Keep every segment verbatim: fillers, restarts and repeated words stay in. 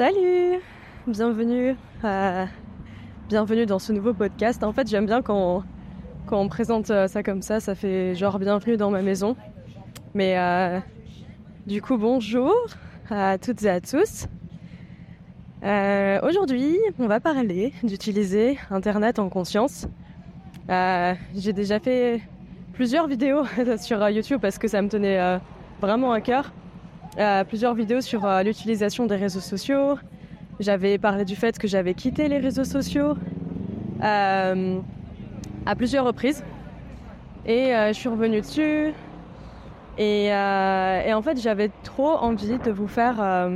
Salut, bienvenue, euh, bienvenue dans ce nouveau podcast. En fait, j'aime bien quand on, quand on présente ça comme ça, ça fait genre bienvenue dans ma maison. Mais euh, du coup, bonjour à toutes et à tous. Euh, aujourd'hui, on va parler d'utiliser Internet en conscience. Euh, j'ai déjà fait plusieurs vidéos sur YouTube parce que ça me tenait euh, vraiment à cœur. Euh, plusieurs vidéos sur euh, l'utilisation des réseaux sociaux. J'avais parlé du fait que j'avais quitté les réseaux sociaux euh, à plusieurs reprises. Et euh, je suis revenue dessus. Et, euh, et en fait, j'avais trop envie de vous faire euh,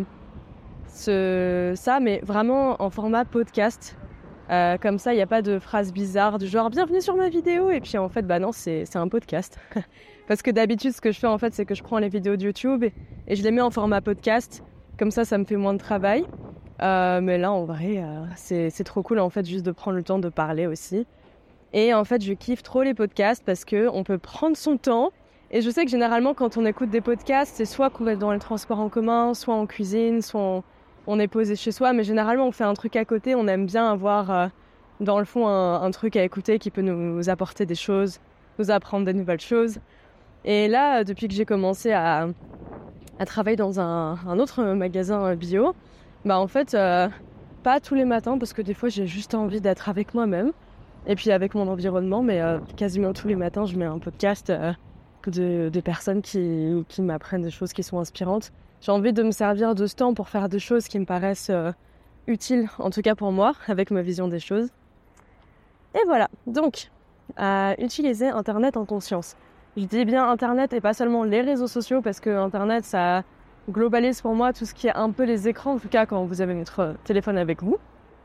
ce, ça, mais vraiment en format podcast. Euh, comme ça, il n'y a pas de phrases bizarres du genre « bienvenue sur ma vidéo » et puis en fait, bah non, c'est, c'est un podcast. Parce que d'habitude, ce que je fais en fait, c'est que je prends les vidéos de YouTube et, et je les mets en format podcast. Comme ça, ça me fait moins de travail. Euh, mais là, en vrai, euh, c'est, c'est trop cool en fait, juste de prendre le temps de parler aussi. Et en fait, je kiffe trop les podcasts parce qu'on peut prendre son temps. Et je sais que généralement, quand on écoute des podcasts, c'est soit qu'on est dans les transports en commun, soit en cuisine, soit on, on est posé chez soi. Mais généralement, on fait un truc à côté. On aime bien avoir, euh, dans le fond, un, un truc à écouter qui peut nous apporter des choses, nous apprendre des nouvelles choses. Et là, depuis que j'ai commencé à, à travailler dans un, un autre magasin bio, bah en fait, euh, pas tous les matins, parce que des fois, j'ai juste envie d'être avec moi-même et puis avec mon environnement, mais euh, quasiment tous les matins, je mets un podcast euh, de, de personnes qui, qui m'apprennent des choses qui sont inspirantes. J'ai envie de me servir de ce temps pour faire des choses qui me paraissent euh, utiles, en tout cas pour moi, avec ma vision des choses. Et voilà, donc, euh, utiliser Internet en conscience. Je dis bien Internet et pas seulement les réseaux sociaux parce que Internet, ça globalise pour moi tout ce qui est un peu les écrans, en tout cas quand vous avez votre téléphone avec vous.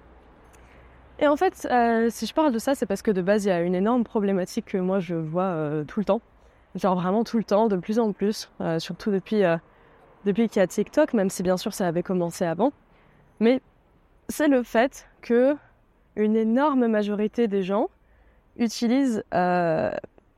Et en fait, euh, si je parle de ça, c'est parce que de base, il y a une énorme problématique que moi je vois euh, tout le temps. Genre vraiment tout le temps, de plus en plus, euh, surtout depuis, euh, depuis qu'il y a TikTok, même si bien sûr ça avait commencé avant. Mais c'est le fait que une énorme majorité des gens utilisent euh,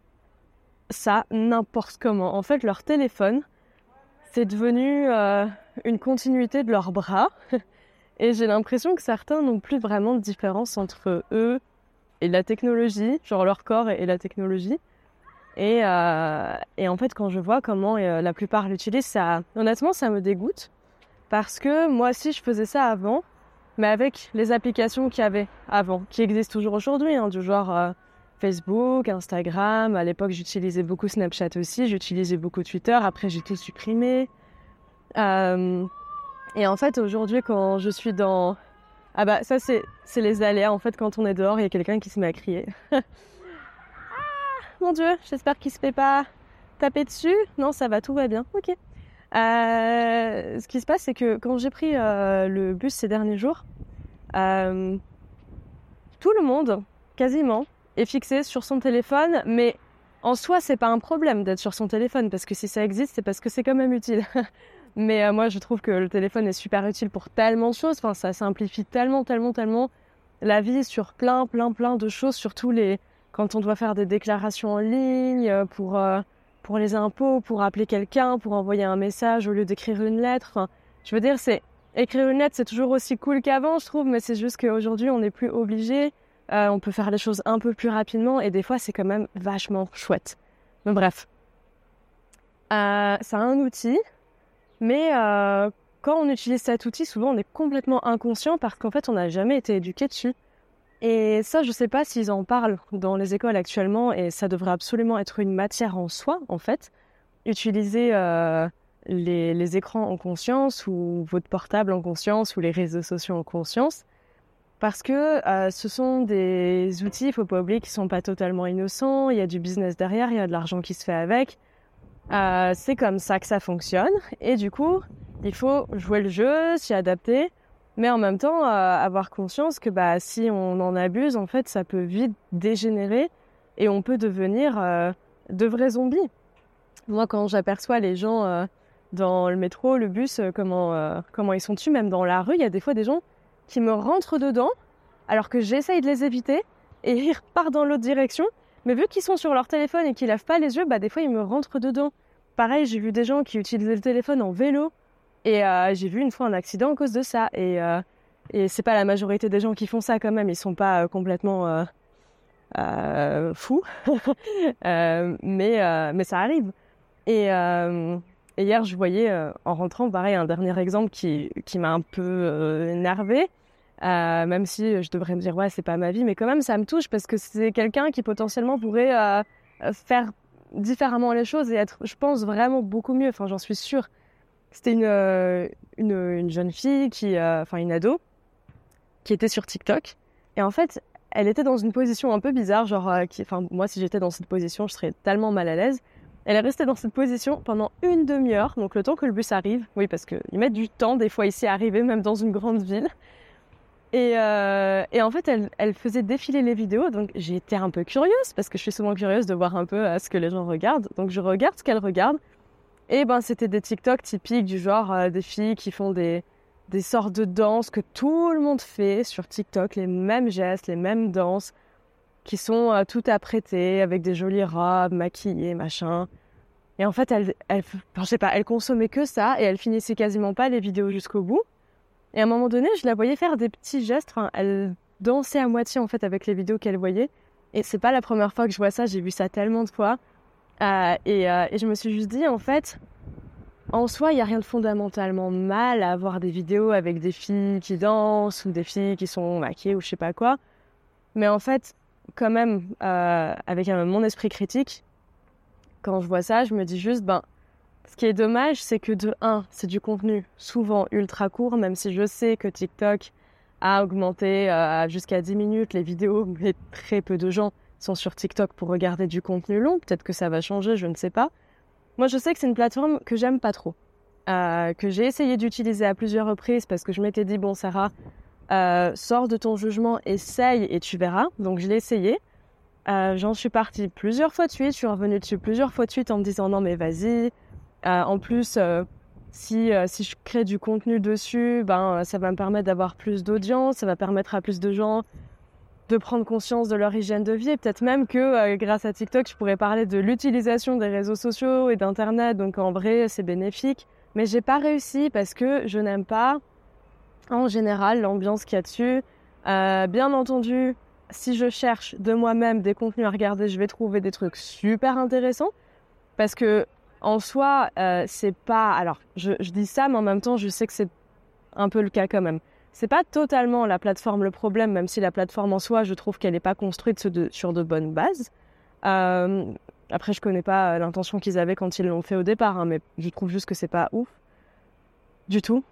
ça n'importe comment. En fait, leur téléphone, c'est devenu euh, une continuité de leur bras. Et j'ai l'impression que certains n'ont plus vraiment de différence entre eux et la technologie, genre leur corps et, et la technologie. Et, euh, et en fait, quand je vois comment euh, la plupart l'utilisent, ça, honnêtement, ça me dégoûte. Parce que moi aussi, je faisais ça avant, mais avec les applications qu'il y avait avant, qui existent toujours aujourd'hui, hein, du genre... Euh, Facebook, Instagram, à l'époque j'utilisais beaucoup Snapchat aussi, j'utilisais beaucoup Twitter, après j'ai tout supprimé. Euh, et en fait aujourd'hui quand je suis dans... Ah bah ça c'est, c'est les aléas, en fait quand on est dehors il y a quelqu'un qui se met à crier. Ah mon Dieu, j'espère qu'il se fait pas taper dessus. Non ça va, tout va bien, ok. Euh, ce qui se passe c'est que quand j'ai pris euh, le bus ces derniers jours, euh, tout le monde, quasiment, est fixé sur son téléphone, mais en soi, c'est pas un problème d'être sur son téléphone, parce que si ça existe, c'est parce que c'est quand même utile. Mais euh, moi, je trouve que le téléphone est super utile pour tellement de choses, enfin, ça simplifie tellement, tellement, tellement la vie sur plein, plein, plein de choses, surtout les... quand on doit faire des déclarations en ligne, pour, euh, pour les impôts, pour appeler quelqu'un, pour envoyer un message au lieu d'écrire une lettre. Enfin, je veux dire, c'est... écrire une lettre, c'est toujours aussi cool qu'avant, je trouve, mais c'est juste qu'aujourd'hui, on n'est plus obligé. Euh, on peut faire les choses un peu plus rapidement et des fois, c'est quand même vachement chouette. Mais bref. Euh, c'est un outil, mais euh, quand on utilise cet outil, souvent, on est complètement inconscient parce qu'en fait, on n'a jamais été éduqué dessus. Et ça, je sais pas s'ils en parlent dans les écoles actuellement et ça devrait absolument être une matière en soi, en fait. Utiliser euh, les, les écrans en conscience ou votre portable en conscience ou les réseaux sociaux en conscience. Parce que euh, ce sont des outils, il faut pas oublier, qui sont pas totalement innocents. Il y a du business derrière, il y a de l'argent qui se fait avec. Euh, c'est comme ça que ça fonctionne. Et du coup, il faut jouer le jeu, s'y adapter, mais en même temps euh, avoir conscience que bah, si on en abuse, en fait, ça peut vite dégénérer et on peut devenir euh, de vrais zombies. Moi, quand j'aperçois les gens euh, dans le métro, le bus, euh, comment, euh, comment ils sont dessus, même dans la rue, il y a des fois des gens qui me rentrent dedans, alors que j'essaye de les éviter, et ils repartent dans l'autre direction. Mais vu qu'ils sont sur leur téléphone et qu'ils lavent pas les yeux, bah des fois ils me rentrent dedans. Pareil, j'ai vu des gens qui utilisaient le téléphone en vélo, Et euh, j'ai vu une fois un accident à cause de ça. Et, euh, et c'est pas la majorité des gens qui font ça quand même. Ils sont pas euh, complètement euh, euh, fous. euh, mais, euh, mais ça arrive. Et, euh, et hier, je voyais, euh, en rentrant, pareil, un dernier exemple qui, qui m'a un peu euh, énervée. Euh, même si je devrais me dire, ouais, c'est pas ma vie. Mais quand même, ça me touche parce que c'est quelqu'un qui potentiellement pourrait euh, faire différemment les choses et être, je pense, vraiment beaucoup mieux. Enfin, j'en suis sûre. C'était une, euh, une, une jeune fille, qui, euh, enfin une ado, qui était sur TikTok. Et en fait, elle était dans une position un peu bizarre, genre, euh, qui, enfin, moi, si j'étais dans cette position, je serais tellement mal à l'aise. Elle est restée dans cette position pendant une demi-heure, donc le temps que le bus arrive. Oui, parce qu'ils mettent du temps, des fois, ici, à arriver, même dans une grande ville. Et, euh, et en fait, elle, elle faisait défiler les vidéos, donc j'ai été un peu curieuse, parce que je suis souvent curieuse de voir un peu euh, ce que les gens regardent. Donc je regarde ce qu'elle regarde. Et ben, c'était des TikTok typiques du genre euh, des filles qui font des, des sortes de danses que tout le monde fait sur TikTok, les mêmes gestes, les mêmes danses, qui sont euh, toutes apprêtées avec des jolies robes, maquillées, machin. Et en fait, elle, elle, enfin, je sais pas, elle consommait que ça et elle finissait quasiment pas les vidéos jusqu'au bout. Et à un moment donné, je la voyais faire des petits gestes. Enfin, elle dansait à moitié en fait avec les vidéos qu'elle voyait. Et c'est pas la première fois que je vois ça. J'ai vu ça tellement de fois. Euh, et, euh, et je me suis juste dit, en fait, en soi, il n'y a rien de fondamentalement mal à avoir des vidéos avec des filles qui dansent ou des filles qui sont maquillées ou je sais pas quoi. Mais en fait, quand même, euh, avec euh, mon esprit critique, quand je vois ça, je me dis juste, ben, ce qui est dommage, c'est que de un, c'est du contenu souvent ultra court, même si je sais que TikTok a augmenté euh, jusqu'à dix minutes les vidéos, mais très peu de gens sont sur TikTok pour regarder du contenu long. Peut-être que ça va changer, je ne sais pas. Moi, je sais que c'est une plateforme que j'aime pas trop, euh, que j'ai essayé d'utiliser à plusieurs reprises parce que je m'étais dit, bon, Sarah, euh, sors de ton jugement, essaye et tu verras. Donc, je l'ai essayé. Euh, j'en suis partie plusieurs fois de suite, je suis revenue dessus plusieurs fois de suite en me disant, non, mais vas-y. Euh, en plus, euh, si, euh, si je crée du contenu dessus, ben, ça va me permettre d'avoir plus d'audience, ça va permettre à plus de gens de prendre conscience de leur hygiène de vie. Et peut-être même que euh, grâce à TikTok, je pourrais parler de l'utilisation des réseaux sociaux et d'Internet. Donc en vrai, c'est bénéfique. Mais j'ai pas réussi parce que je n'aime pas, en général, l'ambiance qu'il y a dessus. Euh, bien entendu, si je cherche de moi-même des contenus à regarder, je vais trouver des trucs super intéressants. Parce que en soi, euh, c'est pas... Alors, je, je dis ça, mais en même temps, je sais que c'est un peu le cas quand même. C'est pas totalement la plateforme le problème, même si la plateforme en soi, je trouve qu'elle n'est pas construite de, sur de bonnes bases. Euh, après, je connais pas l'intention qu'ils avaient quand ils l'ont fait au départ, hein, mais je trouve juste que c'est pas ouf du tout.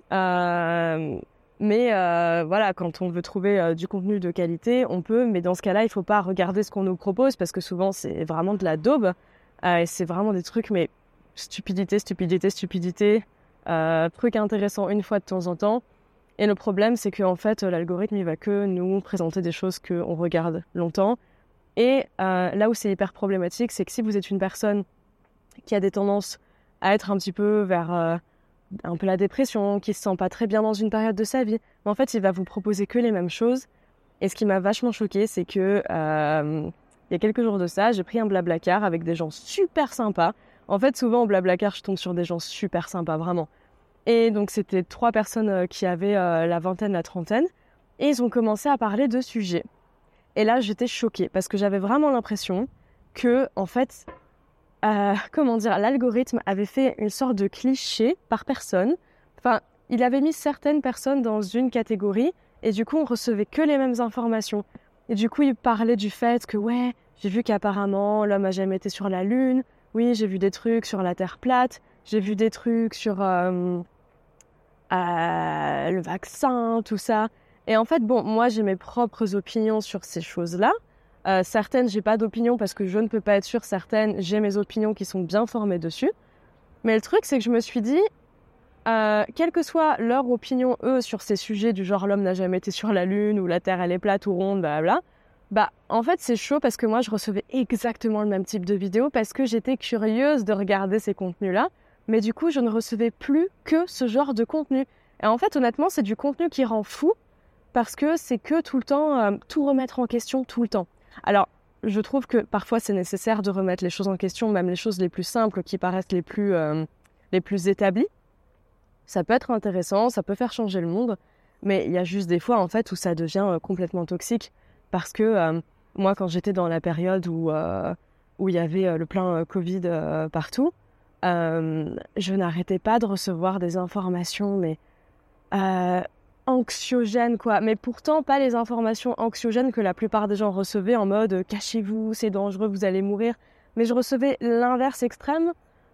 Euh, mais euh, voilà, quand on veut trouver euh, du contenu de qualité, on peut, mais dans ce cas-là, il faut pas regarder ce qu'on nous propose parce que souvent, c'est vraiment de la daube. Euh, et c'est vraiment des trucs, mais stupidité, stupidité, stupidité. Euh, truc intéressant une fois de temps en temps. Et le problème, c'est qu'en fait, l'algorithme, il va que nous présenter des choses qu'on regarde longtemps. Et euh, là où c'est hyper problématique, c'est que si vous êtes une personne qui a des tendances à être un petit peu vers euh, un peu la dépression, qui se sent pas très bien dans une période de sa vie, mais en fait, il va vous proposer que les mêmes choses. Et ce qui m'a vachement choquée, c'est que euh, il y a quelques jours de ça, j'ai pris un Blablacar avec des gens super sympas. En fait, souvent au Blablacar, je tombe sur des gens super sympas, vraiment. Et donc, c'était trois personnes qui avaient euh, la vingtaine, la trentaine. Et ils ont commencé à parler de sujets. Et là, j'étais choquée parce que j'avais vraiment l'impression que, en fait, euh, comment dire, l'algorithme avait fait une sorte de cliché par personne. Enfin, il avait mis certaines personnes dans une catégorie et du coup, on recevait que les mêmes informations. Et du coup, il parlait du fait que, ouais, j'ai vu qu'apparemment, l'homme a jamais été sur la Lune. Oui, j'ai vu des trucs sur la Terre plate. J'ai vu des trucs sur euh, euh, le vaccin, tout ça. Et en fait, bon, moi, j'ai mes propres opinions sur ces choses-là. Euh, certaines, j'ai pas d'opinion parce que je ne peux pas être sûre. Certaines, j'ai mes opinions qui sont bien formées dessus. Mais le truc, c'est que je me suis dit, euh, quelle que soit leur opinion, eux, sur ces sujets du genre l'homme n'a jamais été sur la Lune ou la Terre, elle est plate ou ronde, blablabla, bah, en fait, c'est chaud parce que moi, je recevais exactement le même type de vidéo parce que j'étais curieuse de regarder ces contenus-là. Mais du coup, je ne recevais plus que ce genre de contenu. Et en fait, honnêtement, c'est du contenu qui rend fou parce que c'est que tout le temps, euh, tout remettre en question tout le temps. Alors, je trouve que parfois, c'est nécessaire de remettre les choses en question, même les choses les plus simples qui paraissent les plus, euh, les plus établies. Ça peut être intéressant, ça peut faire changer le monde, mais il y a juste des fois en fait où ça devient euh, complètement toxique. Parce que euh, moi, quand j'étais dans la période où euh, où il y avait euh, le plein euh, Covid euh, partout, euh, je n'arrêtais pas de recevoir des informations, mais euh, anxiogènes quoi. Mais pourtant pas les informations anxiogènes que la plupart des gens recevaient en mode euh, cachez-vous, c'est dangereux, vous allez mourir. Mais je recevais l'inverse extrême.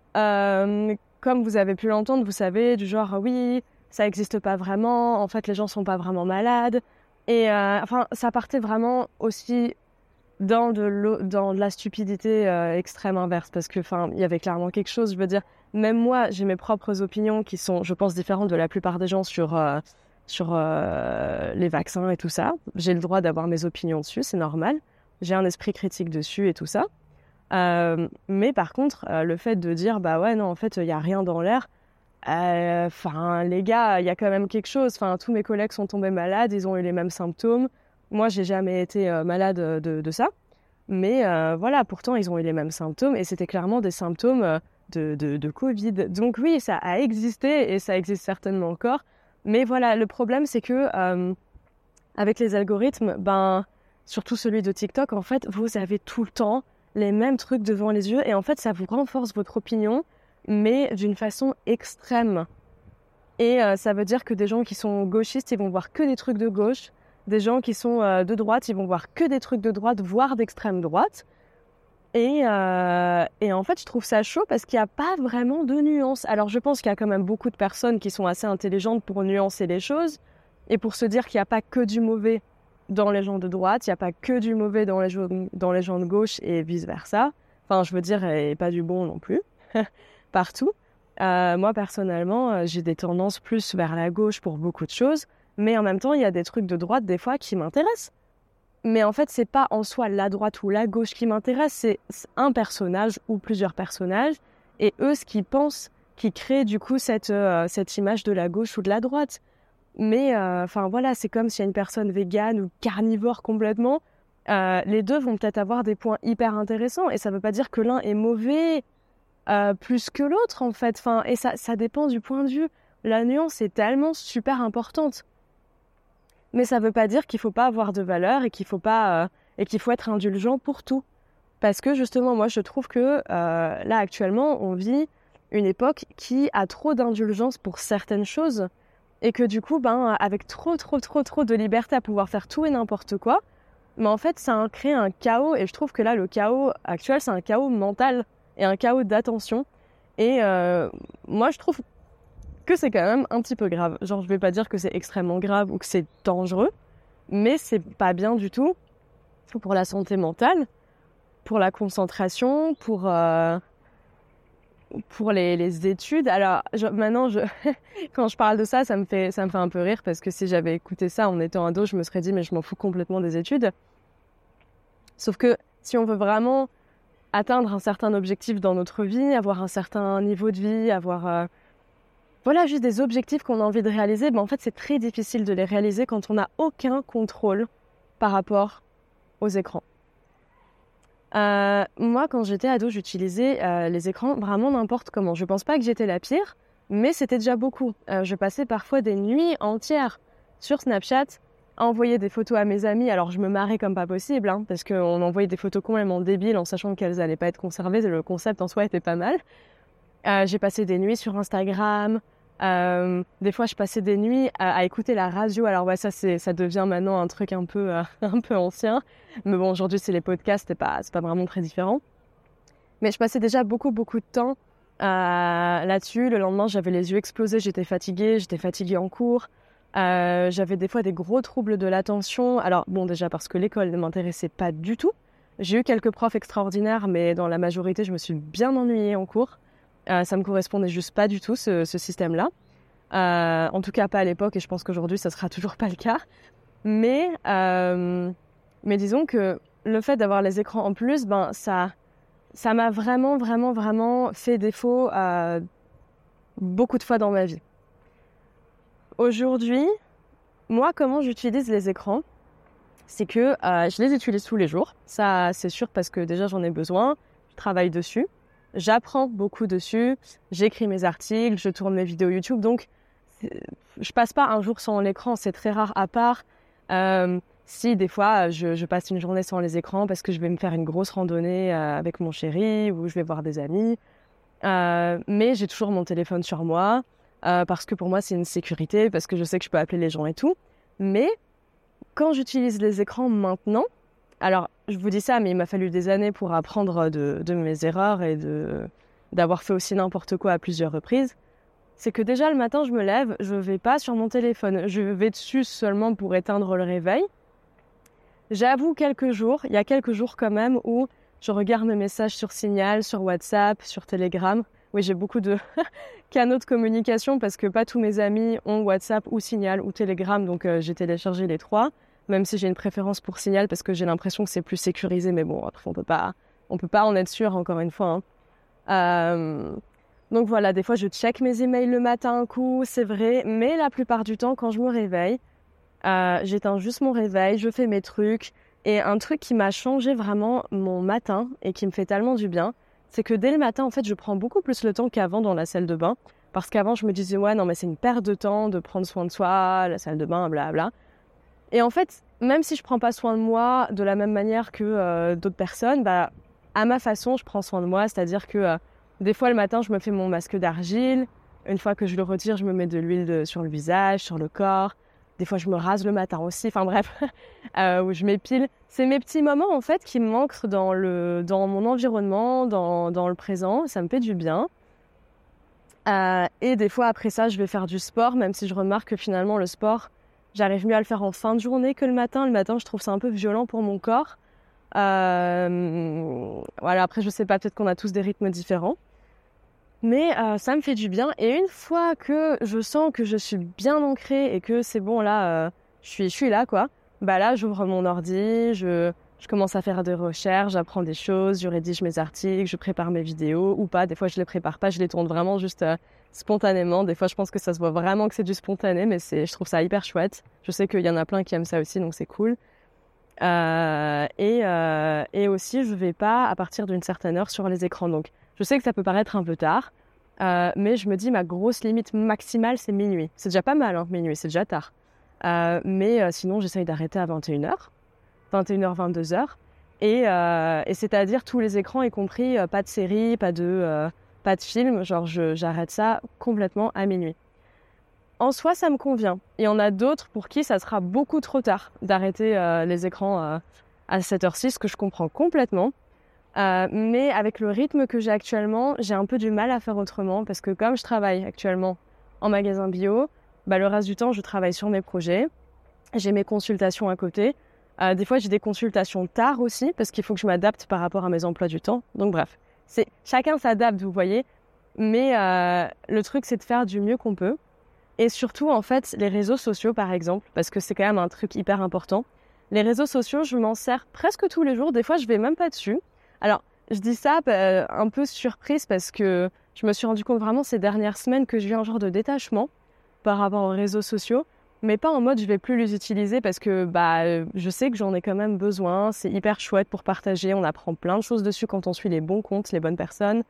Euh, comme vous avez pu l'entendre, vous savez, du genre oui, ça n'existe pas vraiment, en fait les gens sont pas vraiment malades. Et euh, enfin, ça partait vraiment aussi dans de, l'eau- dans de la stupidité euh, extrême inverse, parce que enfin, il y avait clairement quelque chose, je veux dire, même moi, j'ai mes propres opinions qui sont, je pense, différentes de la plupart des gens sur, euh, sur euh, les vaccins et tout ça. J'ai le droit d'avoir mes opinions dessus, c'est normal. J'ai un esprit critique dessus et tout ça. Euh, mais par contre, euh, le fait de dire, bah ouais, non, en fait, il n'y a rien dans l'air, enfin, euh, les gars, il y a quand même quelque chose. Enfin, tous mes collègues sont tombés malades, ils ont eu les mêmes symptômes. Moi, j'ai jamais été euh, malade de, de ça. Mais euh, voilà, pourtant, ils ont eu les mêmes symptômes et c'était clairement des symptômes euh, de, de, de Covid. Donc oui, ça a existé et ça existe certainement encore. Mais voilà, le problème, c'est que euh, avec les algorithmes, ben, surtout celui de TikTok, en fait, vous avez tout le temps les mêmes trucs devant les yeux et en fait, ça vous renforce votre opinion, mais d'une façon extrême. Et euh, ça veut dire que des gens qui sont gauchistes, ils vont voir que des trucs de gauche. Des gens qui sont euh, de droite, ils vont voir que des trucs de droite, voire d'extrême droite. Et, euh, et en fait, je trouve ça chaud parce qu'il n'y a pas vraiment de nuance. Alors, je pense qu'il y a quand même beaucoup de personnes qui sont assez intelligentes pour nuancer les choses et pour se dire qu'il n'y a pas que du mauvais dans les gens de droite, il n'y a pas que du mauvais dans les, dans les gens de gauche et vice-versa. Enfin, je veux dire, et pas du bon non plus, partout. Euh, moi, personnellement, j'ai des tendances plus vers la gauche pour beaucoup de choses, mais en même temps, il y a des trucs de droite, des fois, qui m'intéressent. Mais en fait, c'est pas en soi la droite ou la gauche qui m'intéresse, c'est un personnage ou plusieurs personnages, et eux, ce qu'ils pensent, qui crée du coup cette, euh, cette image de la gauche ou de la droite. Mais enfin euh, voilà, c'est comme s'il y a une personne végane ou carnivore complètement, euh, les deux vont peut-être avoir des points hyper intéressants, et ça veut pas dire que l'un est mauvais euh, plus que l'autre en fait. Enfin, et ça, ça dépend du point de vue. La nuance est tellement super importante. Mais ça veut pas dire qu'il faut pas avoir de valeur et qu'il faut pas euh, et qu'il faut être indulgent pour tout. Parce que justement, moi, je trouve que euh, là, actuellement, on vit une époque qui a trop d'indulgence pour certaines choses et que du coup, ben, avec trop, trop, trop, trop de liberté à pouvoir faire tout et n'importe quoi, mais en fait, ça crée un chaos. Et je trouve que là, le chaos actuel, c'est un chaos mental et un chaos d'attention. Et euh, moi, je trouve que c'est quand même un petit peu grave. Genre, je vais pas dire que c'est extrêmement grave ou que c'est dangereux, mais c'est pas bien du tout pour la santé mentale, pour la concentration, pour, euh, pour les, les études. Alors, je, maintenant, je, quand je parle de ça, ça me, fait, ça me fait un peu rire parce que si j'avais écouté ça en étant ado, je me serais dit, mais je m'en fous complètement des études. Sauf que si on veut vraiment atteindre un certain objectif dans notre vie, avoir un certain niveau de vie, avoir... Euh, Voilà, juste des objectifs qu'on a envie de réaliser, ben en fait, c'est très difficile de les réaliser quand on n'a aucun contrôle par rapport aux écrans. Euh, moi, quand j'étais ado, j'utilisais euh, les écrans vraiment n'importe comment. Je pense pas que j'étais la pire, mais c'était déjà beaucoup. Euh, je passais parfois des nuits entières sur Snapchat à envoyer des photos à mes amis. Alors, je me marrais comme pas possible, hein, parce qu'on envoyait des photos complètement débiles en sachant qu'elles allaient pas être conservées. Le concept en soi était pas mal. Euh, j'ai passé des nuits sur Instagram. Euh, des fois, je passais des nuits à, à écouter la radio. Alors, ouais, ça, c'est, ça devient maintenant un truc un peu, euh, un peu ancien. Mais bon, aujourd'hui, c'est les podcasts, c'est pas, c'est pas vraiment très différent. Mais je passais déjà beaucoup, beaucoup de temps euh, là-dessus. Le lendemain, j'avais les yeux explosés, j'étais fatiguée, j'étais fatiguée en cours. Euh, j'avais des fois des gros troubles de l'attention. Alors, bon, déjà parce que l'école ne m'intéressait pas du tout. J'ai eu quelques profs extraordinaires, mais dans la majorité, je me suis bien ennuyée en cours. Euh, ça me correspondait juste pas du tout, ce, ce système-là. Euh, en tout cas, pas à l'époque, et je pense qu'aujourd'hui, ça sera toujours pas le cas. Mais, euh, mais disons que le fait d'avoir les écrans en plus, ben, ça, ça m'a vraiment, vraiment, vraiment fait défaut euh, beaucoup de fois dans ma vie. Aujourd'hui, moi, comment j'utilise les écrans ? C'est que euh, je les utilise tous les jours. Ça, c'est sûr, parce que déjà, j'en ai besoin. Je travaille dessus. J'apprends beaucoup dessus, j'écris mes articles, je tourne mes vidéos YouTube, donc je passe pas un jour sans l'écran, c'est très rare, à part euh, si des fois je, je passe une journée sans les écrans parce que je vais me faire une grosse randonnée euh, avec mon chéri ou je vais voir des amis. Euh, mais j'ai toujours mon téléphone sur moi euh, parce que pour moi c'est une sécurité, parce que je sais que je peux appeler les gens et tout. Mais quand j'utilise les écrans maintenant, alors je vous dis ça, mais il m'a fallu des années pour apprendre de, de mes erreurs et de, d'avoir fait aussi n'importe quoi à plusieurs reprises. C'est que déjà le matin je me lève, je vais pas sur mon téléphone, je vais dessus seulement pour éteindre le réveil. J'avoue quelques jours, il y a quelques jours quand même où je regarde mes messages sur Signal, sur WhatsApp, sur Telegram. Oui, j'ai beaucoup de canaux de communication parce que pas tous mes amis ont WhatsApp ou Signal ou Telegram, donc euh, j'ai téléchargé les trois, même si j'ai une préférence pour Signal parce que j'ai l'impression que c'est plus sécurisé, mais bon, après on peut pas, on peut pas en être sûr, encore une fois. Hein. Euh, donc voilà, des fois je check mes emails le matin un coup, c'est vrai, mais la plupart du temps, quand je me réveille, euh, j'éteins juste mon réveil, je fais mes trucs. Et un truc qui m'a changé vraiment mon matin et qui me fait tellement du bien, c'est que dès le matin, en fait, je prends beaucoup plus le temps qu'avant dans la salle de bain. Parce qu'avant, je me disais, ouais, non, mais c'est une perte de temps de prendre soin de soi, la salle de bain, blablabla. Et en fait, même si je prends pas soin de moi de la même manière que euh, d'autres personnes, bah, à ma façon, je prends soin de moi. C'est-à-dire que euh, des fois, le matin, je me fais mon masque d'argile. Une fois que je le retire, je me mets de l'huile de, sur le visage, sur le corps. Des fois, je me rase le matin aussi. Enfin bref, euh, où je m'épile. C'est mes petits moments, en fait, qui me manquent dans, le, dans mon environnement, dans, dans le présent. Ça me fait du bien. Euh, et des fois, après ça, je vais faire du sport, même si je remarque que finalement, le sport, j'arrive mieux à le faire en fin de journée que le matin. Le matin, je trouve ça un peu violent pour mon corps. Euh, voilà, après, je sais pas, peut-être qu'on a tous des rythmes différents. Mais euh, ça me fait du bien. Et une fois que je sens que je suis bien ancrée et que c'est bon, là, euh, je suis, je suis là, quoi. Bah là, j'ouvre mon ordi, je, je commence à faire des recherches, j'apprends des choses, je rédige mes articles, je prépare mes vidéos ou pas. Des fois, je les prépare pas, je les tourne vraiment juste euh, spontanément. Des fois, je pense que ça se voit vraiment que c'est du spontané, mais c'est, je trouve ça hyper chouette. Je sais qu'il y en a plein qui aiment ça aussi, donc c'est cool. Euh, et, euh, et aussi, je vais pas à partir d'une certaine heure sur les écrans. Donc, je sais que ça peut paraître un peu tard, euh, mais je me dis ma grosse limite maximale, c'est minuit. C'est déjà pas mal, hein, minuit, c'est déjà tard. Euh, mais euh, sinon, j'essaye d'arrêter à vingt et une heures, vingt et une heures, vingt-deux heures. Et, euh, et c'est-à-dire tous les écrans, y compris euh, pas de série, pas de, euh, pas de film. Genre, je, j'arrête ça complètement à minuit. En soi, ça me convient. Il y en a d'autres pour qui ça sera beaucoup trop tard d'arrêter euh, les écrans euh, à cette heure-ci, ce que je comprends complètement. Euh, mais avec le rythme que j'ai actuellement, j'ai un peu du mal à faire autrement parce que comme je travaille actuellement en magasin bio, bah, le reste du temps, je travaille sur mes projets. J'ai mes consultations à côté. Euh, des fois, j'ai des consultations tard aussi parce qu'il faut que je m'adapte par rapport à mes emplois du temps. Donc bref, c'est, chacun s'adapte, vous voyez. Mais euh, le truc, c'est de faire du mieux qu'on peut. Et surtout, en fait, les réseaux sociaux, par exemple, parce que c'est quand même un truc hyper important. Les réseaux sociaux, je m'en sers presque tous les jours. Des fois, je vais même pas dessus. Alors, je dis ça euh, un peu surprise parce que je me suis rendu compte vraiment ces dernières semaines que j'ai eu un genre de détachement par rapport aux réseaux sociaux, mais pas en mode je vais plus les utiliser parce que bah euh, je sais que j'en ai quand même besoin. C'est hyper chouette pour partager. On apprend plein de choses dessus quand on suit les bons comptes, les bonnes personnes.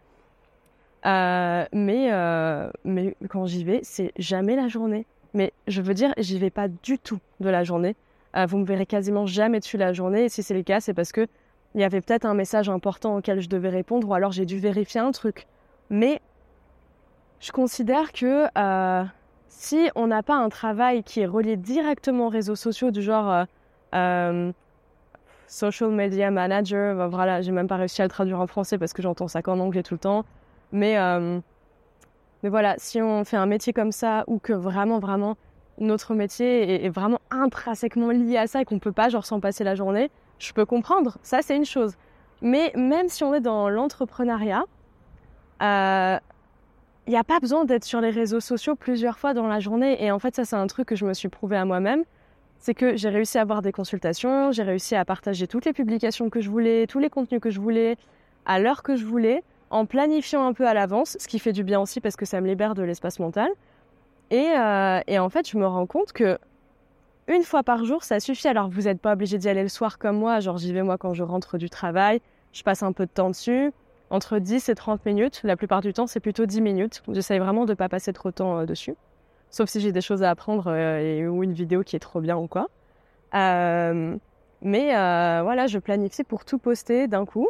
Euh, mais, euh, mais quand j'y vais, c'est jamais la journée. Mais je veux dire, j'y vais pas du tout de la journée. Euh, vous me verrez quasiment jamais dessus la journée. Et si c'est le cas, c'est parce que il y avait peut-être un message important auquel je devais répondre ou alors j'ai dû vérifier un truc. Mais je considère que euh, si on n'a pas un travail qui est relié directement aux réseaux sociaux du genre euh, euh, social media manager, ben voilà, j'ai même pas réussi à le traduire en français parce que j'entends ça qu'en anglais tout le temps. Mais, euh, mais voilà, si on fait un métier comme ça ou que vraiment, vraiment, notre métier est, est vraiment intrinsèquement lié à ça et qu'on ne peut pas genre s'en passer la journée, je peux comprendre. Ça, c'est une chose. Mais même si on est dans l'entrepreneuriat, il euh, n'y a pas besoin d'être sur les réseaux sociaux plusieurs fois dans la journée. Et en fait, ça, c'est un truc que je me suis prouvé à moi-même. C'est que j'ai réussi à avoir des consultations, j'ai réussi à partager toutes les publications que je voulais, tous les contenus que je voulais, à l'heure que je voulais, en planifiant un peu à l'avance, ce qui fait du bien aussi parce que ça me libère de l'espace mental. Et, euh, et en fait, je me rends compte que une fois par jour, ça suffit. Alors, vous n'êtes pas obligé d'y aller le soir comme moi. Genre, j'y vais moi quand je rentre du travail. Je passe un peu de temps dessus. Entre dix et trente minutes. La plupart du temps, c'est plutôt dix minutes. J'essaye vraiment de ne pas passer trop de temps euh, dessus. sauf si j'ai des choses à apprendre euh, et, ou une vidéo qui est trop bien ou quoi. Euh, mais euh, voilà, je planifie pour tout poster d'un coup.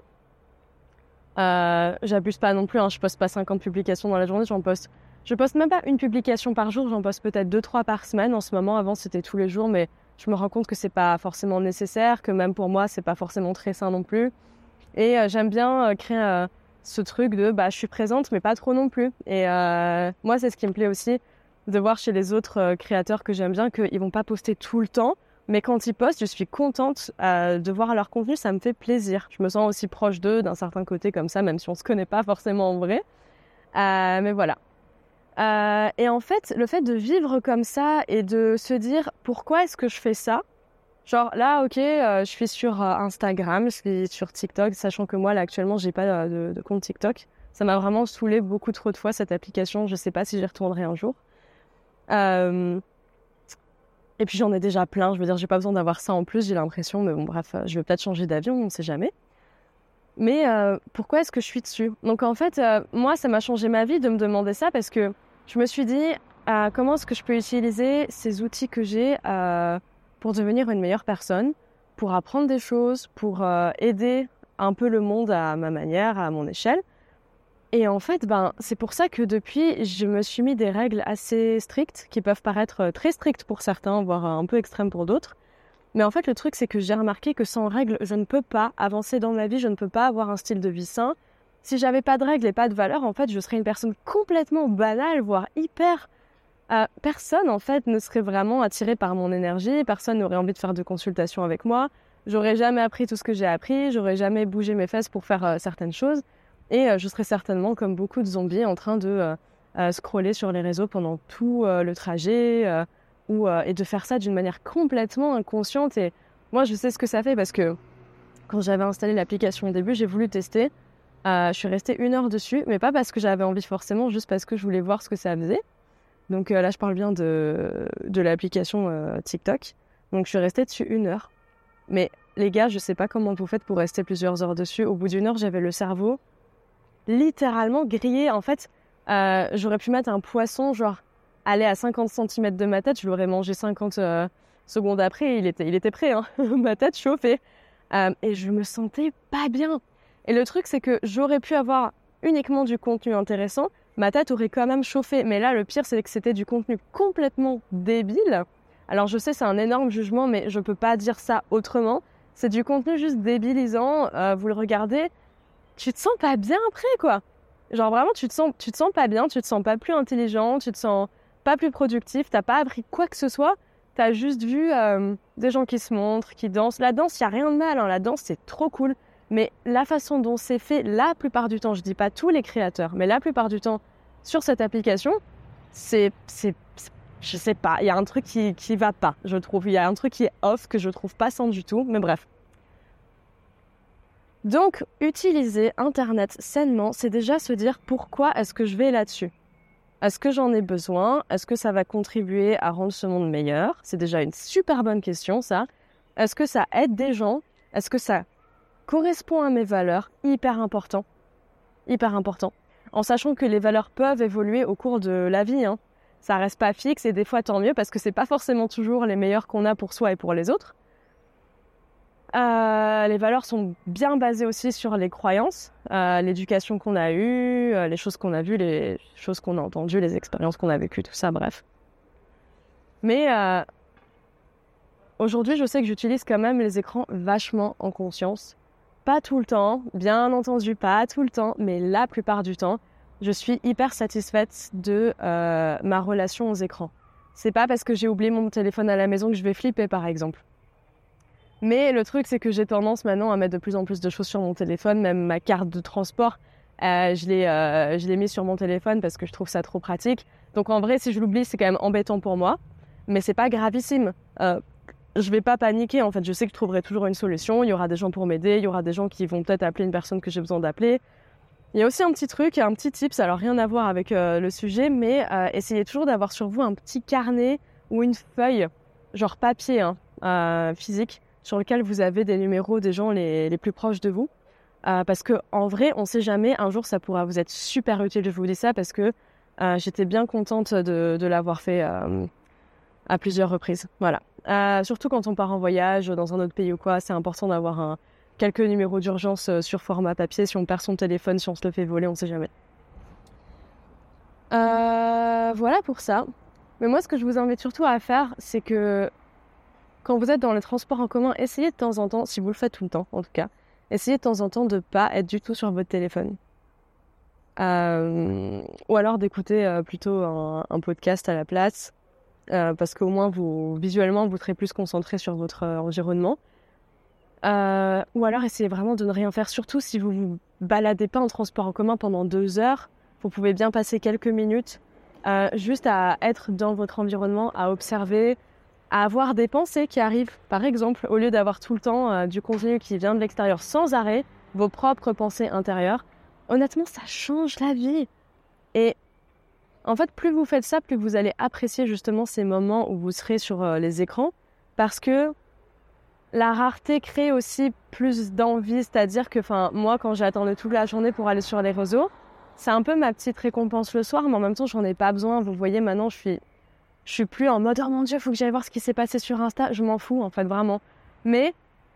Euh, j'abuse pas non plus, hein, je poste pas cinquante publications dans la journée, j'en poste. Je poste même pas une publication par jour, j'en poste peut-être deux trois par semaine en ce moment. Avant c'était tous les jours, mais je me rends compte que c'est pas forcément nécessaire, que même pour moi c'est pas forcément très sain non plus. Et euh, j'aime bien euh, créer euh, ce truc de bah je suis présente mais pas trop non plus. Et euh, moi c'est ce qui me plaît aussi de voir chez les autres euh, créateurs que j'aime bien qu'ils vont pas poster tout le temps. Mais quand ils postent, je suis contente euh, de voir leur contenu, ça me fait plaisir. Je me sens aussi proche d'eux d'un certain côté comme ça, même si on se connaît pas forcément en vrai. Euh, mais voilà. Euh, et en fait, le fait de vivre comme ça et de se dire pourquoi est-ce que je fais ça? Genre là, ok, euh, je suis sur euh, Instagram, je suis sur TikTok, sachant que moi là actuellement j'ai pas euh, de, de compte TikTok. Ça m'a vraiment saoulé beaucoup trop de fois cette application. Je sais pas si j'y retournerai un jour. Euh, Et puis j'en ai déjà plein, je veux dire, j'ai pas besoin d'avoir ça en plus, j'ai l'impression, mais bon, bref, je vais peut-être changer d'avion, on ne sait jamais. Mais euh, pourquoi est-ce que je suis dessus? Donc en fait, euh, moi, ça m'a changé ma vie de me demander ça parce que je me suis dit, euh, comment est-ce que je peux utiliser ces outils que j'ai euh, pour devenir une meilleure personne, pour apprendre des choses, pour euh, aider un peu le monde à ma manière, à mon échelle. Et en fait, ben, c'est pour ça que depuis, je me suis mis des règles assez strictes, qui peuvent paraître très strictes pour certains, voire un peu extrêmes pour d'autres. Mais en fait, le truc, c'est que j'ai remarqué que sans règles, je ne peux pas avancer dans ma vie, je ne peux pas avoir un style de vie sain. Si j'avais pas de règles et pas de valeurs, en fait, je serais une personne complètement banale, voire hyper... Euh, personne, en fait, ne serait vraiment attiré par mon énergie, personne n'aurait envie de faire de consultation avec moi, j'aurais jamais appris tout ce que j'ai appris, j'aurais jamais bougé mes fesses pour faire euh, certaines choses. Et euh, je serais certainement, comme beaucoup de zombies, en train de euh, euh, scroller sur les réseaux pendant tout euh, le trajet euh, ou, euh, et de faire ça d'une manière complètement inconsciente. Et moi, je sais ce que ça fait parce que quand j'avais installé l'application au début, j'ai voulu tester. Euh, je suis restée une heure dessus, mais pas parce que j'avais envie forcément, juste parce que je voulais voir ce que ça faisait. Donc euh, là, je parle bien de, de l'application euh, TikTok. Donc je suis restée dessus une heure. Mais les gars, je sais pas comment vous faites pour rester plusieurs heures dessus. Au bout d'une heure, j'avais le cerveau littéralement grillé. En fait, euh, j'aurais pu mettre un poisson, genre, aller à cinquante centimètres de ma tête. Je l'aurais mangé cinquante euh, secondes après. Il était, il était prêt, hein. Ma tête chauffée. Euh, et je me sentais pas bien. Et le truc, c'est que j'aurais pu avoir uniquement du contenu intéressant. Ma tête aurait quand même chauffé. Mais là, le pire, c'est que c'était du contenu complètement débile. Alors, je sais, c'est un énorme jugement, mais je peux pas dire ça autrement. C'est du contenu juste débilisant. Euh, vous le regardez, tu te sens pas bien après, quoi. Genre vraiment, tu te sens, tu te sens pas bien, tu te sens pas plus intelligent, tu te sens pas plus productif, t'as pas appris quoi que ce soit, t'as juste vu euh, des gens qui se montrent, qui dansent. La danse, y a rien de mal, hein. La danse, c'est trop cool. Mais la façon dont c'est fait, la plupart du temps, je dis pas tous les créateurs, mais la plupart du temps, sur cette application, c'est, c'est, c'est je sais pas, il y a un truc qui, qui va pas, je trouve. Il y a un truc qui est off, que je trouve pas sain du tout, mais bref. Donc, utiliser Internet sainement, c'est déjà se dire pourquoi est-ce que je vais là-dessus? Est-ce que j'en ai besoin? Est-ce que ça va contribuer à rendre ce monde meilleur? C'est déjà une super bonne question, ça. Est-ce que ça aide des gens? Est-ce que ça correspond à mes valeurs? Hyper important. Hyper important. En sachant que les valeurs peuvent évoluer au cours de la vie, hein. Ça reste pas fixe et des fois tant mieux parce que c'est pas forcément toujours les meilleures qu'on a pour soi et pour les autres. Euh, les valeurs sont bien basées aussi sur les croyances, euh, l'éducation qu'on a eue, euh, les choses qu'on a vues, les choses qu'on a entendues, les expériences qu'on a vécues, tout ça, bref. Mais euh, aujourd'hui, je sais que j'utilise quand même les écrans vachement en conscience. Pas tout le temps, bien entendu, pas tout le temps, mais la plupart du temps, je suis hyper satisfaite de euh, ma relation aux écrans. C'est pas parce que j'ai oublié mon téléphone à la maison que je vais flipper, par exemple. Mais le truc, c'est que j'ai tendance maintenant à mettre de plus en plus de choses sur mon téléphone, même ma carte de transport, euh, je l'ai, euh, je l'ai mise sur mon téléphone parce que je trouve ça trop pratique. Donc en vrai, si je l'oublie, c'est quand même embêtant pour moi, mais c'est pas gravissime. Euh, je vais pas paniquer, en fait, je sais que je trouverai toujours une solution, il y aura des gens pour m'aider, il y aura des gens qui vont peut-être appeler une personne que j'ai besoin d'appeler. Il y a aussi un petit truc, un petit tips, alors rien à voir avec euh, le sujet, mais euh, essayez toujours d'avoir sur vous un petit carnet ou une feuille, genre papier, hein, euh, physique, sur lequel vous avez des numéros des gens les, les plus proches de vous. Euh, parce que en vrai, on sait jamais, un jour ça pourra vous être super utile, je vous dis ça, parce que Euh, j'étais bien contente de, de l'avoir fait euh, à plusieurs reprises. Voilà. Euh, surtout quand on part en voyage dans un autre pays ou quoi, c'est important d'avoir un, quelques numéros d'urgence sur format papier. Si on perd son téléphone, si on se le fait voler, on ne sait jamais. Euh, voilà pour ça. Mais moi, ce que je vous invite surtout à faire, c'est que quand vous êtes dans les transports en commun, essayez de temps en temps, si vous le faites tout le temps en tout cas, essayez de temps en temps de ne pas être du tout sur votre téléphone. Euh, ou alors d'écouter euh, plutôt un, un podcast à la place, euh, parce qu'au moins, vous, visuellement, vous serez plus concentré sur votre euh, environnement. Euh, ou alors essayez vraiment de ne rien faire, surtout si vous ne vous baladez pas en transport en commun pendant deux heures. Vous pouvez bien passer quelques minutes euh, juste à être dans votre environnement, à observer, à avoir des pensées qui arrivent. Par exemple, au lieu d'avoir tout le temps euh, du contenu qui vient de l'extérieur sans arrêt, vos propres pensées intérieures, honnêtement, ça change la vie. Et en fait, plus vous faites ça, plus vous allez apprécier justement ces moments où vous serez sur euh, les écrans, parce que la rareté crée aussi plus d'envie, c'est-à-dire que moi, quand j'attendais toute la journée pour aller sur les réseaux, c'est un peu ma petite récompense le soir, mais en même temps, j'en ai pas besoin. Vous voyez, maintenant, je suis, je suis plus en mode « Oh mon Dieu, il faut que j'aille voir ce qui s'est passé sur Insta ». Je m'en fous, en fait, vraiment. Mais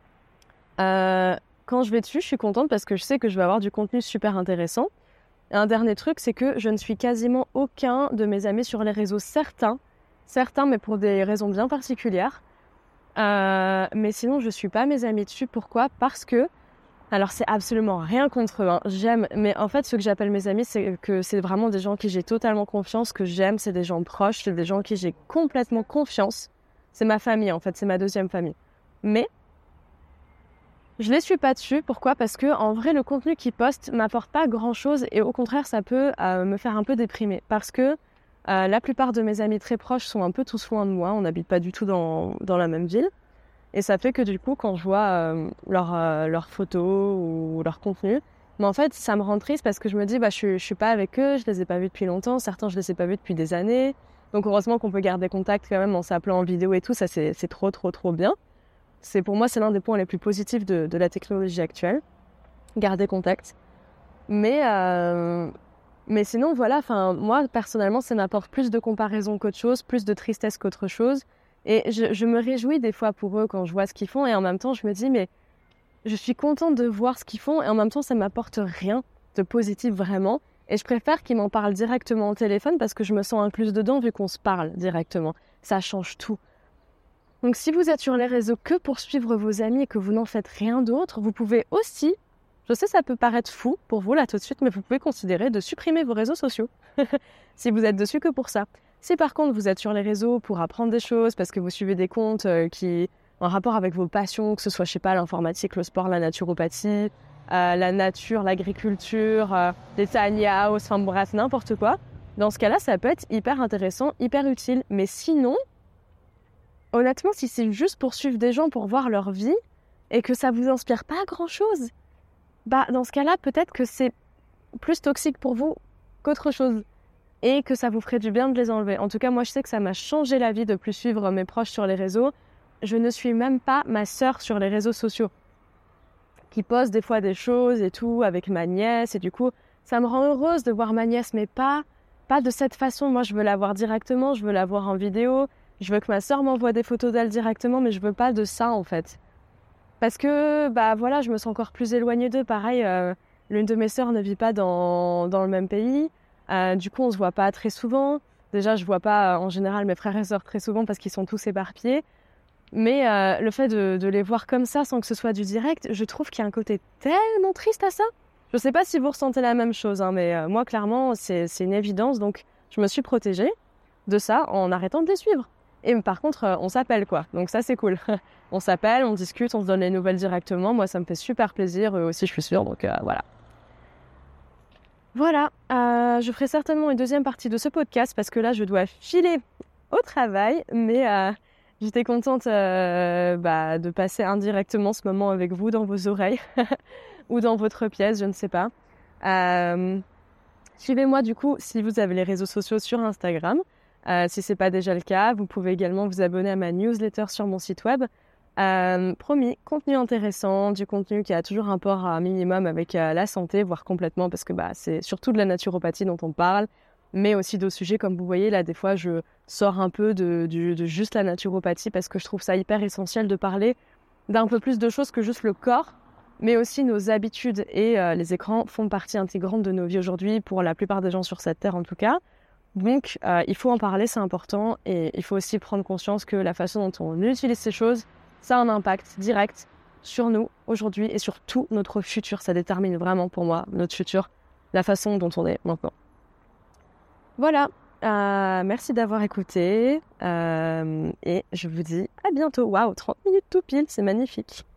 euh, quand je vais dessus, je suis contente parce que je sais que je vais avoir du contenu super intéressant. Et un dernier truc, c'est que je ne suis quasiment aucun de mes amis sur les réseaux. Certains, certains, mais pour des raisons bien particulières. Euh, mais sinon, je ne suis pas mes amis dessus. Pourquoi ? Parce que, alors c'est absolument rien contre eux, hein. J'aime, mais en fait, ce que j'appelle mes amis, c'est que c'est vraiment des gens en qui j'ai totalement confiance, que j'aime, c'est des gens proches, c'est des gens en qui j'ai complètement confiance. C'est ma famille, en fait, c'est ma deuxième famille. Mais je les suis pas dessus. Pourquoi ? Parce que en vrai, le contenu qu'ils postent m'apporte pas grand-chose et au contraire, ça peut euh, me faire un peu déprimer. Parce que euh, la plupart de mes amis très proches sont un peu tous loin de moi. On n'habite pas du tout dans, dans la même ville. Et ça fait que du coup, quand je vois euh, leurs euh, leurs photos ou leur contenu, mais en fait, ça me rend triste parce que je me dis, bah, je, je suis pas avec eux, je les ai pas vus depuis longtemps. Certains, je les ai pas vus depuis des années. Donc heureusement qu'on peut garder contact quand même en s'appelant en vidéo et tout. Ça, c'est, c'est trop, trop, trop bien. C'est, pour moi, c'est l'un des points les plus positifs de, de la technologie actuelle. Garder contact. Mais, euh, mais sinon, voilà, moi, personnellement, ça m'apporte plus de comparaison qu'autre chose, plus de tristesse qu'autre chose. Et je, je me réjouis des fois pour eux quand je vois ce qu'ils font. Et en même temps, je me dis, mais je suis contente de voir ce qu'ils font. Et en même temps, ça ne m'apporte rien de positif vraiment. Et je préfère qu'ils m'en parlent directement au téléphone parce que je me sens incluse dedans vu qu'on se parle directement. Ça change tout. Donc si vous êtes sur les réseaux que pour suivre vos amis et que vous n'en faites rien d'autre, vous pouvez aussi, je sais ça peut paraître fou pour vous là tout de suite, mais vous pouvez considérer de supprimer vos réseaux sociaux si vous êtes dessus que pour ça. Si par contre vous êtes sur les réseaux pour apprendre des choses, parce que vous suivez des comptes euh, qui ont un rapport avec vos passions, que ce soit, je sais pas, l'informatique, le sport, la naturopathie, euh, la nature, l'agriculture, euh, les tiny house, enfin bref, n'importe quoi, dans ce cas-là, ça peut être hyper intéressant, hyper utile. Mais sinon, honnêtement, si c'est juste pour suivre des gens pour voir leur vie et que ça vous inspire pas grand-chose, bah dans ce cas-là, peut-être que c'est plus toxique pour vous qu'autre chose et que ça vous ferait du bien de les enlever. En tout cas, moi, je sais que ça m'a changé la vie de plus suivre mes proches sur les réseaux. Je ne suis même pas ma sœur sur les réseaux sociaux qui poste des fois des choses et tout avec ma nièce et du coup, ça me rend heureuse de voir ma nièce, mais pas, pas de cette façon. Moi, je veux la voir directement, je veux la voir en vidéo. Je veux que ma sœur m'envoie des photos d'elle directement, mais je veux pas de ça, en fait. Parce que, bah voilà, je me sens encore plus éloignée d'eux. Pareil, euh, l'une de mes sœurs ne vit pas dans, dans le même pays. Euh, du coup, on se voit pas très souvent. Déjà, je vois pas, en général, mes frères et sœurs très souvent parce qu'ils sont tous éparpillés. Mais euh, le fait de, de les voir comme ça, sans que ce soit du direct, je trouve qu'il y a un côté tellement triste à ça. Je sais pas si vous ressentez la même chose, hein, mais euh, moi, clairement, c'est, c'est une évidence. Donc, je me suis protégée de ça en arrêtant de les suivre. Et par contre, on s'appelle quoi. Donc ça, c'est cool. On s'appelle, on discute, on se donne les nouvelles directement. Moi, ça me fait super plaisir. Eux aussi, je suis sûre. Donc euh, voilà. Voilà. Euh, je ferai certainement une deuxième partie de ce podcast parce que là, je dois filer au travail. Mais euh, j'étais contente euh, bah, de passer indirectement ce moment avec vous dans vos oreilles ou dans votre pièce, je ne sais pas. Euh, suivez-moi du coup si vous avez les réseaux sociaux sur Instagram. Euh, si ce n'est pas déjà le cas, vous pouvez également vous abonner à ma newsletter sur mon site web. Euh, promis, contenu intéressant, du contenu qui a toujours un rapport à un minimum avec euh, la santé, voire complètement, parce que bah, c'est surtout de la naturopathie dont on parle. mais aussi d'autres sujets. Comme vous voyez, là, des fois, je sors un peu de, de, de juste la naturopathie parce que je trouve ça hyper essentiel de parler d'un peu plus de choses que juste le corps, mais aussi nos habitudes. Et euh, les écrans font partie intégrante de nos vies aujourd'hui, pour la plupart des gens sur cette terre en tout cas. Donc, euh, il faut en parler, c'est important. Et il faut aussi prendre conscience que la façon dont on utilise ces choses, ça a un impact direct sur nous aujourd'hui et sur tout notre futur. Ça détermine vraiment pour moi notre futur, la façon dont on est maintenant. Voilà, euh, merci d'avoir écouté euh, et je vous dis à bientôt. Waouh, trente minutes tout pile, c'est magnifique.